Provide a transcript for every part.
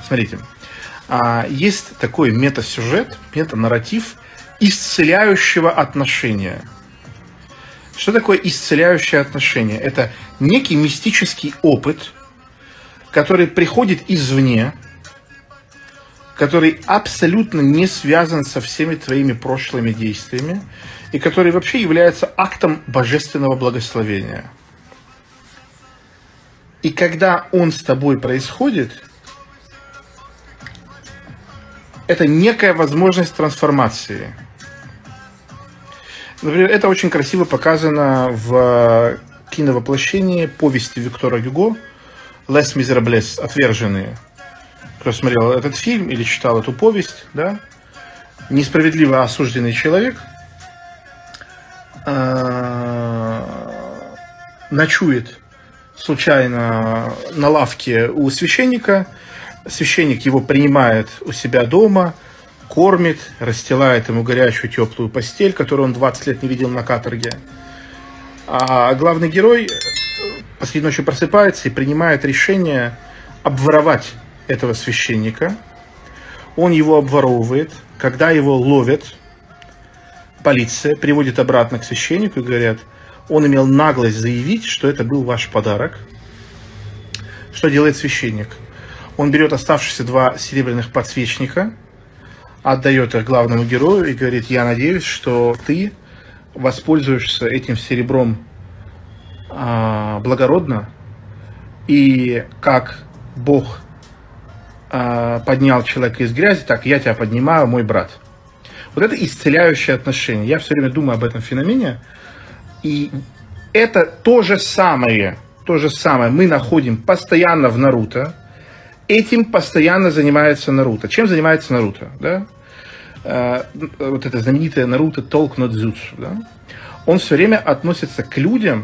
Смотрите, есть такой метасюжет, метанарратив исцеляющего отношения. Что такое исцеляющее отношение? Это некий мистический опыт, который приходит извне, который абсолютно не связан со всеми твоими прошлыми действиями и который вообще является актом божественного благословения. И когда он с тобой происходит, это некая возможность трансформации. Например, это очень красиво показано в киновоплощении повести Виктора Гюго «Les Miserables», «Отверженные». Кто смотрел этот фильм или читал эту повесть, да? Несправедливо осужденный человек ночует случайно на лавке у священника. Священник его принимает у себя дома, кормит, расстилает ему горячую теплую постель, которую он 20 лет не видел на каторге. А главный герой посреди ночи просыпается и принимает решение обворовать этого священника. Он его обворовывает. Когда его ловят, полиция приводит обратно к священнику и говорят: он имел наглость заявить, что это был ваш подарок. Что делает священник? Он берет оставшиеся 2 серебряных подсвечника, отдает их главному герою и говорит: я надеюсь, что ты воспользуешься этим серебром благородно, и как Бог поднял человека из грязи, так я тебя поднимаю, мой брат. Вот это исцеляющее отношение. Я все время думаю об этом феномене, и это то же самое мы находим постоянно в Наруто. Этим постоянно занимается Наруто. Чем занимается Наруто? Да? Вот это знаменитое Наруто Толк но Дзюцу. Да? Он все время относится к людям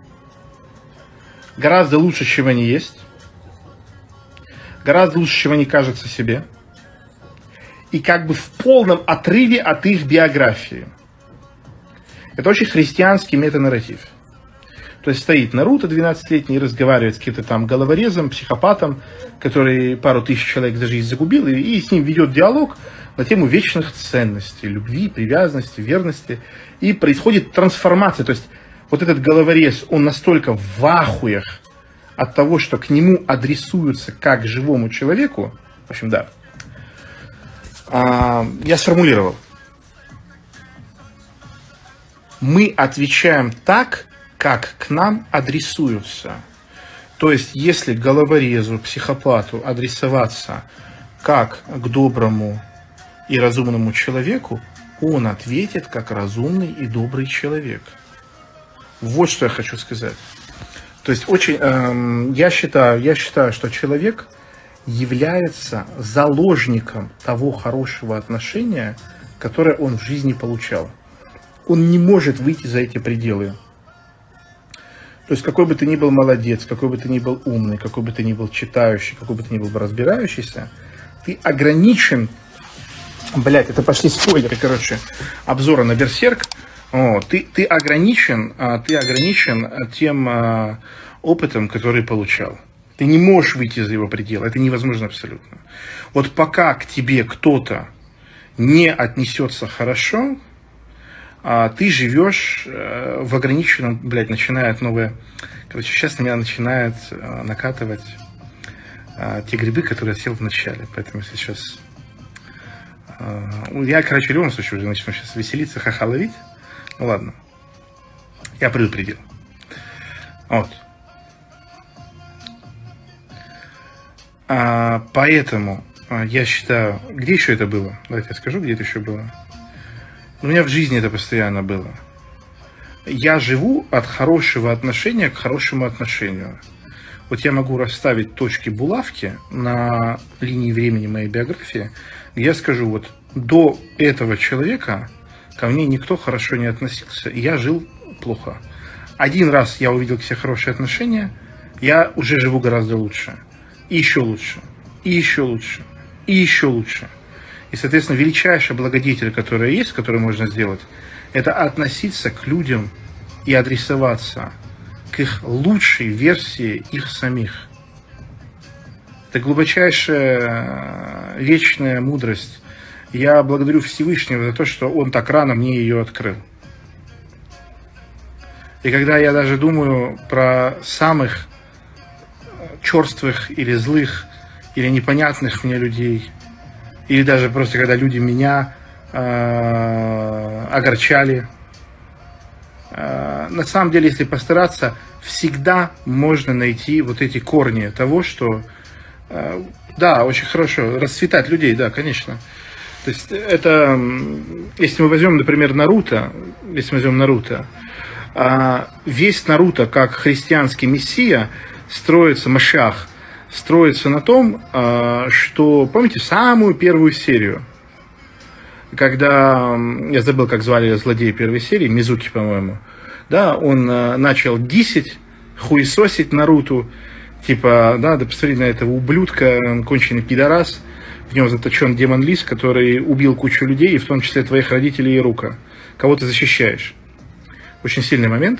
гораздо лучше, чем они есть. Гораздо лучше, чем они кажутся себе. И как бы в полном отрыве от их биографии. Это очень христианский метанарратив. То есть стоит Наруто 12-летний и разговаривает с каким-то там головорезом, психопатом, который пару тысяч человек за жизнь загубил, и с ним ведет диалог на тему вечных ценностей, любви, привязанности, верности. И происходит трансформация. То есть вот этот головорез, он настолько в ахуях от того, что к нему адресуются как к живому человеку. В общем, да. Я сформулировал. Мы отвечаем так, как к нам адресуются. То есть, если головорезу, психопату адресоваться как к доброму и разумному человеку, он ответит как разумный и добрый человек. Вот что я хочу сказать. То есть, я считаю, что человек является заложником того хорошего отношения, которое он в жизни получал. Он не может выйти за эти пределы. То есть, какой бы ты ни был молодец, какой бы ты ни был умный, какой бы ты ни был читающий, какой бы ты ни был разбирающийся, ты ограничен... Блять, это пошли спойлеры, обзора на Берсерк. Ты ограничен тем опытом, который получал. Ты не можешь выйти за его пределы. Это невозможно абсолютно. Вот пока к тебе кто-то не отнесется хорошо, ты живешь в ограниченном, начинает новое... сейчас на меня начинают накатывать те грибы, которые я съел в начале. Поэтому сейчас... Я, в любом случае уже начну сейчас веселиться, ха-ха ловить. Ну ладно. Я предупредил. Вот. Поэтому я считаю... Где еще это было? Давайте я скажу, где это еще было. У меня в жизни это постоянно было. Я живу от хорошего отношения к хорошему отношению. Вот я могу расставить точки-булавки на линии времени моей биографии, где я скажу, вот до этого человека ко мне никто хорошо не относился, и я жил плохо. Один раз я увидел к себе хорошие отношения, я уже живу гораздо лучше. И еще лучше. И еще лучше. И еще лучше. И, соответственно, величайший благодетель, который есть, который можно сделать, это относиться к людям и адресоваться к их лучшей версии их самих. Это глубочайшая вечная мудрость. Я благодарю Всевышнего за то, что Он так рано мне ее открыл. И когда я даже думаю про самых черствых или злых, или непонятных мне людей, или даже просто когда люди меня огорчали, на самом деле, если постараться, всегда можно найти вот эти корни того, что, да, очень хорошо, расцветать людей, да, конечно. То есть это, если мы возьмем, например, Наруто, весь Наруто, как христианский мессия, строится, Машиах, строится на том, что, помните, самую первую серию, когда, я забыл, как звали злодея первой серии, Мизуки, по-моему, да, он начал дисить, хуесосить Наруту, типа, да посмотри на этого ублюдка, он конченый пидорас, в нем заточен демон Лис, который убил кучу людей, в том числе твоих родителей и Рука. Кого ты защищаешь? Очень сильный момент.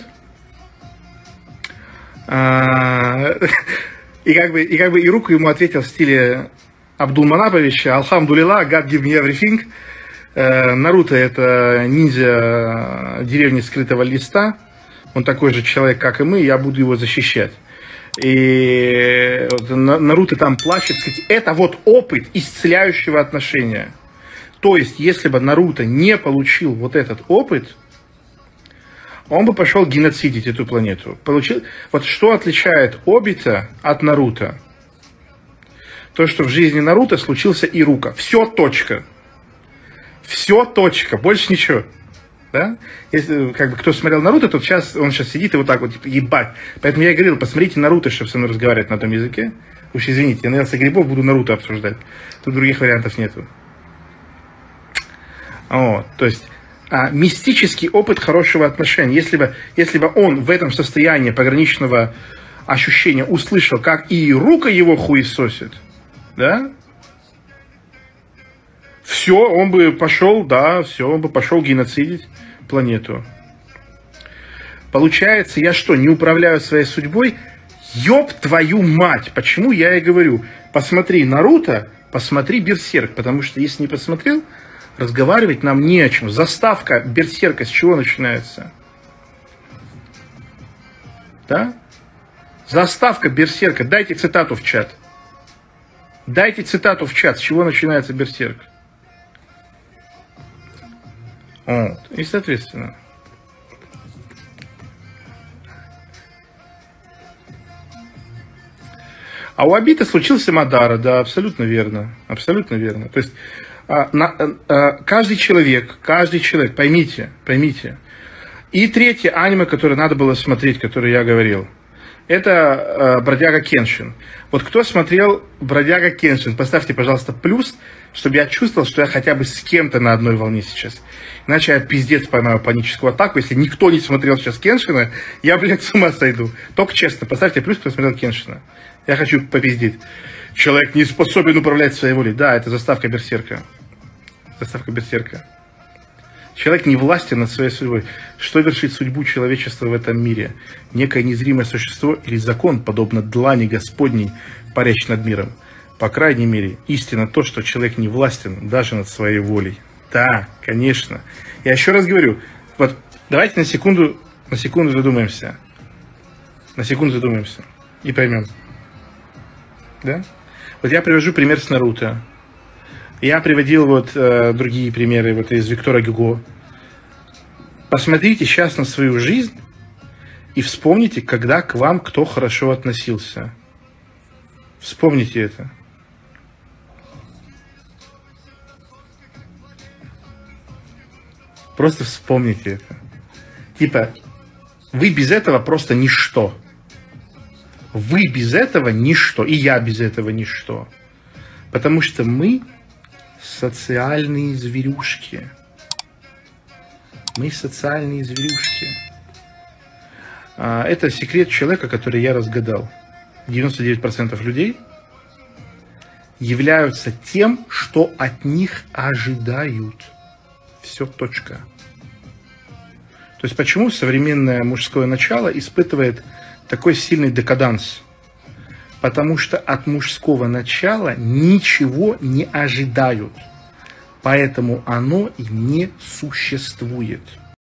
И Рука ему ответил в стиле Абдулманаповича: «Алхамдулилла, God give me everything». Наруто — это ниндзя деревни Скрытого Листа. Он такой же человек, как и мы, я буду его защищать. И Наруто там плачет, сказать, это вот опыт исцеляющего отношения. То есть, если бы Наруто не получил вот этот опыт, он бы пошел геноцидить эту планету. Вот что отличает Обита от Наруто? То, что в жизни Наруто случился Ирука. Все, точка. Все, точка. Больше ничего. Да? Если кто смотрел Наруто, то он сейчас сидит и вот так вот, типа, ебать. Поэтому я и говорил, посмотрите Наруто, чтобы со мной разговаривать на том языке. Уж извините, я наелся грибов, буду Наруто обсуждать. Тут других вариантов нету. Вот, то есть мистический опыт хорошего отношения. Если бы он в этом состоянии пограничного ощущения услышал, как и Рука его хуесосит, да? Все, он бы пошел геноцидить планету. Получается, я что, не управляю своей судьбой? Ёб твою мать! Почему я и говорю, посмотри Наруто, посмотри Берсерк, потому что если не посмотрел, разговаривать нам не о чем. Заставка Берсерка с чего начинается? Да? Заставка Берсерка. Дайте цитату в чат. Дайте цитату в чат, с чего начинается Берсерк. Вот. И соответственно. А у Обита случился Мадара, да, абсолютно верно. Абсолютно верно. То есть каждый человек, поймите. И третье аниме, которое надо было смотреть, которое я говорил, это Бродяга Кеншин. Вот кто смотрел Бродяга Кеншин, поставьте, пожалуйста, плюс, чтобы я чувствовал, что я хотя бы с кем-то на одной волне сейчас. Иначе я пиздец поймаю паническую атаку. Если никто не смотрел сейчас Кеншина, я, блядь, с ума сойду. Только честно, поставьте плюс, кто смотрел Кеншина. Я хочу попиздеть. Человек не способен управлять своей волей. Да, это заставка Берсерка. Заставка Берсерка. Человек не властен над своей судьбой. Что вершит судьбу человечества в этом мире? Некое незримое существо или закон, подобно длани Господней, парящей над миром? По крайней мере, истина то, что человек не властен даже над своей волей. Да, конечно. Я еще раз говорю, вот давайте на секунду задумаемся. На секунду задумаемся и поймем. Да? Вот я привожу пример с Наруто. Я приводил другие примеры из Виктора Гюго. Посмотрите сейчас на свою жизнь и вспомните, когда к вам кто хорошо относился. Вспомните это. Просто вспомните это. Типа, вы без этого просто ничто. Вы без этого ничто. И я без этого ничто. Потому что мы социальные зверюшки. Мы социальные зверюшки. Это секрет человека, который я разгадал. 99% людей являются тем, что от них ожидают. Все, точка. То есть почему современное мужское начало испытывает такой сильный декаданс? потому что от мужского начала ничего не ожидают, поэтому оно и не существует.